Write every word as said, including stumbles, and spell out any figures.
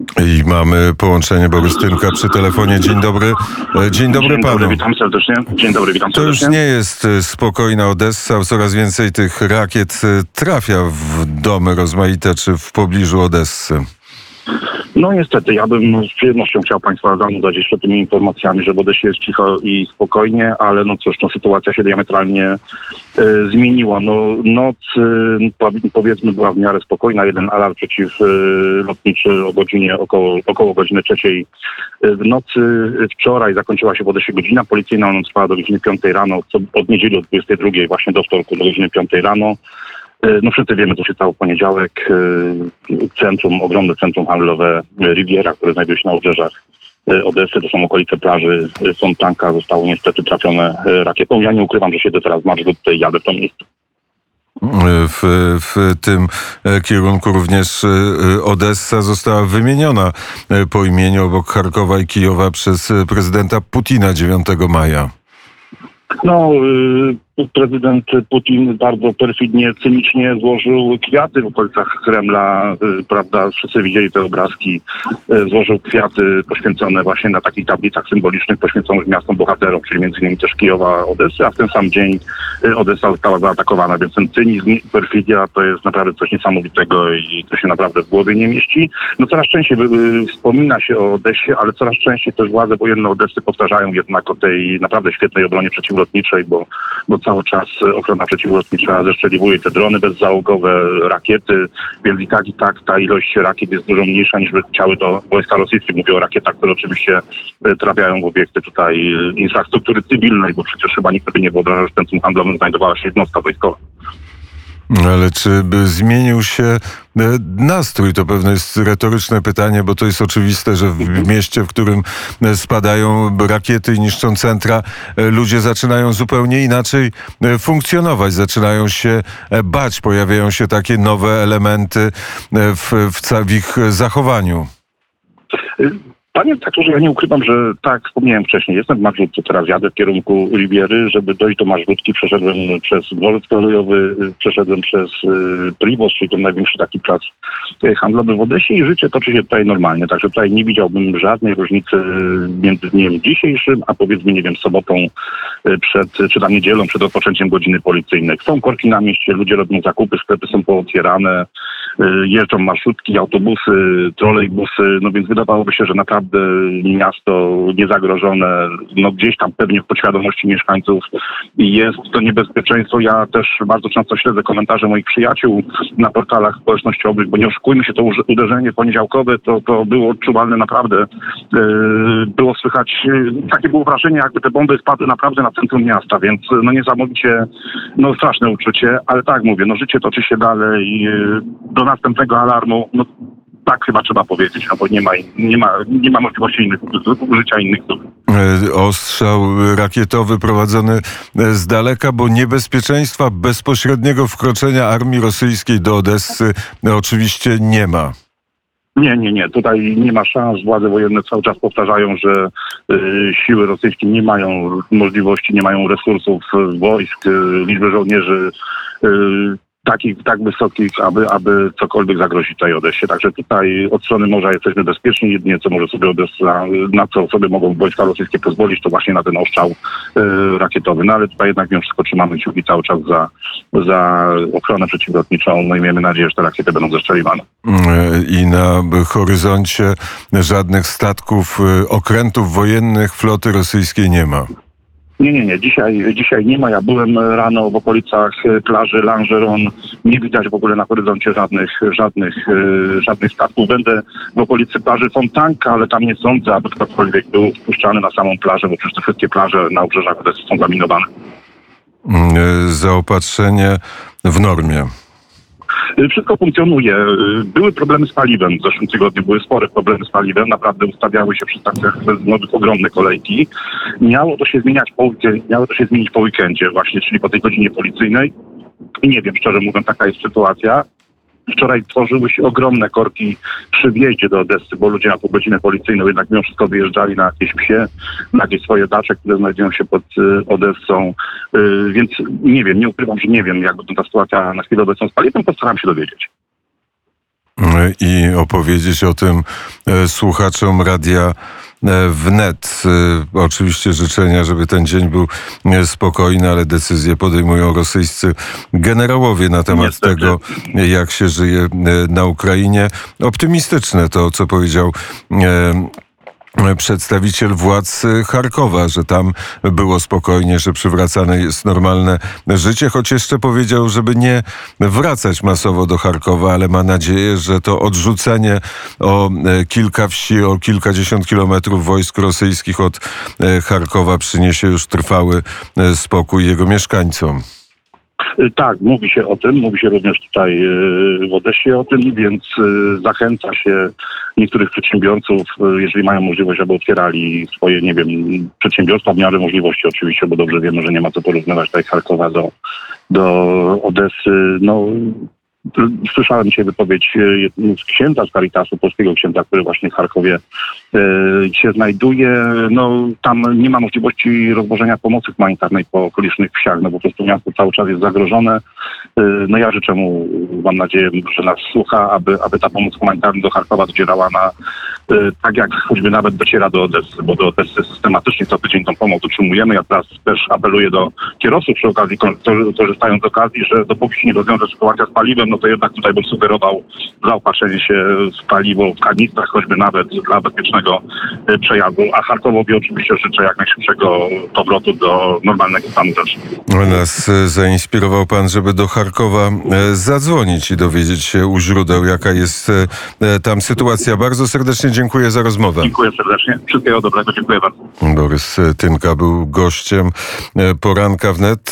I mamy połączenie Borys Tymka przy telefonie. Dzień dobry. Dzień dobry Dzień panu. dobry, witam serdecznie. Dzień dobry, witam To już serdecznie. nie jest spokojna Odessa. Coraz więcej tych rakiet trafia w domy rozmaite czy w pobliżu Odessy. No niestety, ja bym z przyjemnością chciał Państwa zanudzać jeszcze tymi informacjami, że w Odessie jest cicho i spokojnie, ale no cóż, no sytuacja się diametralnie e, zmieniła. No noc e, powiedzmy była w miarę spokojna. Jeden alarm przeciwlotniczy o godzinie około, około godziny trzeciej w nocy. Wczoraj zakończyła się w Odessie godzina policyjna, ona trwała do godziny piątej rano, co od niedzieli od dwudziestej drugiej właśnie do wtorku do godziny piątej rano. No wszyscy wiemy, co się stało w poniedziałek. Centrum, ogromne centrum handlowe Riviera, które znajduje się na obrzeżach Odessy, to są okolice plaży Fontanka, zostało niestety trafione rakietą. Ja nie ukrywam, że siedzę teraz w marszrutce i jadę w to miejsce. W, w tym kierunku również Odessa została wymieniona po imieniu obok Charkowa i Kijowa przez prezydenta Putina dziewiątego maja. No, prezydent Putin bardzo perfidnie, cynicznie złożył kwiaty w okolicach Kremla, prawda, wszyscy widzieli te obrazki, złożył kwiaty poświęcone właśnie na takich tablicach symbolicznych poświęconych miastom bohaterom, czyli między innymi też Kijowa, Odessy, a w ten sam dzień Odessa została zaatakowana, więc ten cynizm i perfidia to jest naprawdę coś niesamowitego i to się naprawdę w głowie nie mieści. No coraz częściej wspomina się o Odessie, ale coraz częściej też władze wojenne Odessy powtarzają jednak o tej naprawdę świetnej obronie przeciwlotniczej, bo, bo cały czas ochrona przeciwlotnicza zestrzeliwuje te drony bezzałogowe, rakiety, więc i tak, i tak ta ilość rakiet jest dużo mniejsza niż by chciały to wojska rosyjskie. Mówię o rakietach, które oczywiście trafiają w obiekty tutaj infrastruktury cywilnej, bo przecież chyba nikt by nie wyobrażał, że w centrum handlowym znajdowała się jednostka wojskowa. Ale czy by zmienił się nastrój? To pewnie jest retoryczne pytanie, bo to jest oczywiste, że w mieście, w którym spadają rakiety i niszczą centra, ludzie zaczynają zupełnie inaczej funkcjonować, zaczynają się bać, pojawiają się takie nowe elementy w, w, w ich zachowaniu. Panie redaktorze, ja nie ukrywam, że tak jak wspomniałem wcześniej, jestem w marszrutce, teraz jadę w kierunku Riviery. Żeby dojść do marszrutki, przeszedłem przez dworzec kolejowy, przeszedłem przez Privos, czyli ten największy taki plac handlowy w Odessie i życie toczy się tutaj normalnie. Także tutaj nie widziałbym żadnej różnicy między dniem dzisiejszym, a powiedzmy, nie wiem, sobotą przed, czy tam niedzielą przed rozpoczęciem godziny policyjnej. Są korki na mieście, ludzie robią zakupy, sklepy są pootwierane, jeżdżą marszrutki, autobusy, trolejbusy, no więc wydawałoby się, że naprawdę miasto niezagrożone, no gdzieś tam pewnie w podświadomości mieszkańców jest to niebezpieczeństwo. Ja też bardzo często śledzę komentarze moich przyjaciół na portalach społecznościowych, bo nie oszukujmy się, to uderzenie poniedziałkowe to, to było odczuwalne naprawdę. Było słychać, takie było wrażenie, jakby te bomby spadły naprawdę na centrum miasta, więc no niesamowicie, no straszne uczucie, ale tak mówię, no życie toczy się dalej. Do następnego alarmu, no tak chyba trzeba powiedzieć, no bo nie ma, nie ma, nie ma możliwości innych, użycia innych dróg. Ostrzał rakietowy prowadzony z daleka, bo niebezpieczeństwa bezpośredniego wkroczenia armii rosyjskiej do Odessy oczywiście nie ma. Nie, nie, nie. Tutaj nie ma szans. Władze wojenne cały czas powtarzają, że y, siły rosyjskie nie mają możliwości, nie mają resursów wojsk, y, liczby żołnierzy y, takich tak wysokich, aby, aby cokolwiek zagrozić tej Odessie. Także tutaj od strony morza jesteśmy bezpieczni. Jedynie co może sobie Odessa, na co sobie mogą wojska rosyjskie pozwolić, to właśnie na ten ostrzał y, rakietowy. No ale tutaj jednak mimo wszystko trzymamy kciuki cały czas za, za ochronę przeciwlotniczą. No i miejmy nadzieję, że te rakiety będą zestrzeliwane. I na horyzoncie żadnych statków, okrętów wojennych floty rosyjskiej nie ma. Nie, nie, nie. Dzisiaj, dzisiaj nie ma. Ja byłem rano w okolicach plaży Langeron. Nie widać w ogóle na horyzoncie żadnych, żadnych, żadnych statków. Będę w okolicy plaży Fontanka, ale tam nie sądzę, aby ktokolwiek był wpuszczany na samą plażę, bo przecież te wszystkie plaże na obrzeżach Odessy są zaminowane. Zaopatrzenie w normie. Wszystko funkcjonuje. Były problemy z paliwem w zeszłym tygodniu, były spore problemy z paliwem. Naprawdę ustawiały się przy stacjach benzynowych ogromne kolejki. Miało to się zmieniać po weekendzie, miało to się zmienić po weekendzie właśnie, czyli po tej godzinie policyjnej. I nie wiem, szczerze mówiąc, taka jest sytuacja. Wczoraj tworzyły się ogromne korki przy wjeździe do Odessy, bo ludzie na pół godzinę policyjną jednak mimo wszystko wyjeżdżali na jakieś wsie, na jakieś swoje dacze, które znajdują się pod Odessą. Więc nie wiem, nie ukrywam, że nie wiem, jak wygląda ta sytuacja na chwilę obecną z paliwem, postaram się dowiedzieć. i opowiedzieć o tym e, słuchaczom Radia Wnet. Oczywiście życzenia, żeby ten dzień był spokojny, ale decyzje podejmują rosyjscy generałowie na temat Niestety. tego, jak się żyje na Ukrainie. Optymistyczne to, co powiedział przedstawiciel władz Charkowa, że tam było spokojnie, że przywracane jest normalne życie, choć jeszcze powiedział, żeby nie wracać masowo do Charkowa, ale ma nadzieję, że to odrzucenie o kilka wsi, o kilkadziesiąt kilometrów wojsk rosyjskich od Charkowa przyniesie już trwały spokój jego mieszkańcom. Tak, mówi się o tym, mówi się również tutaj w Odessie o tym, więc zachęca się niektórych przedsiębiorców, jeżeli mają możliwość, aby otwierali swoje, nie wiem, przedsiębiorstwa w miarę możliwości oczywiście, bo dobrze wiemy, że nie ma co porównywać tutaj Charkowa do, do Odessy. No, słyszałem dzisiaj wypowiedź z księdza z Caritasu, polskiego księdza, który właśnie w Charkowie e, się znajduje. No, tam nie ma możliwości rozwożenia pomocy humanitarnej po okolicznych wsiach, no bo po prostu miasto cały czas jest zagrożone. E, no ja życzę mu, mam nadzieję, że nas słucha, aby, aby ta pomoc humanitarna do Charkowa docierała na e, tak jak choćby nawet dociera do Odessy, bo do Odessy systematycznie co tydzień tą pomoc otrzymujemy. Ja teraz też apeluję do kierowców przy okazji, korzystając z okazji, że dopóki się nie rozwiąże sytuacja z paliwem, no to jednak tutaj bym sugerował zaopatrzenie się w paliwo w kanistrach, choćby nawet dla bezpiecznego y, przejazdu. A Charkowowi oczywiście życzę jak najszybszego powrotu do normalnego stanu rzeczy. Nas e, zainspirował pan, żeby do Charkowa e, zadzwonić i dowiedzieć się u źródeł, jaka jest e, tam sytuacja. Bardzo serdecznie dziękuję za rozmowę. Dziękuję serdecznie. Wszystkiego dobrego. Dziękuję bardzo. Borys Tynka był gościem e, Poranka Wnet.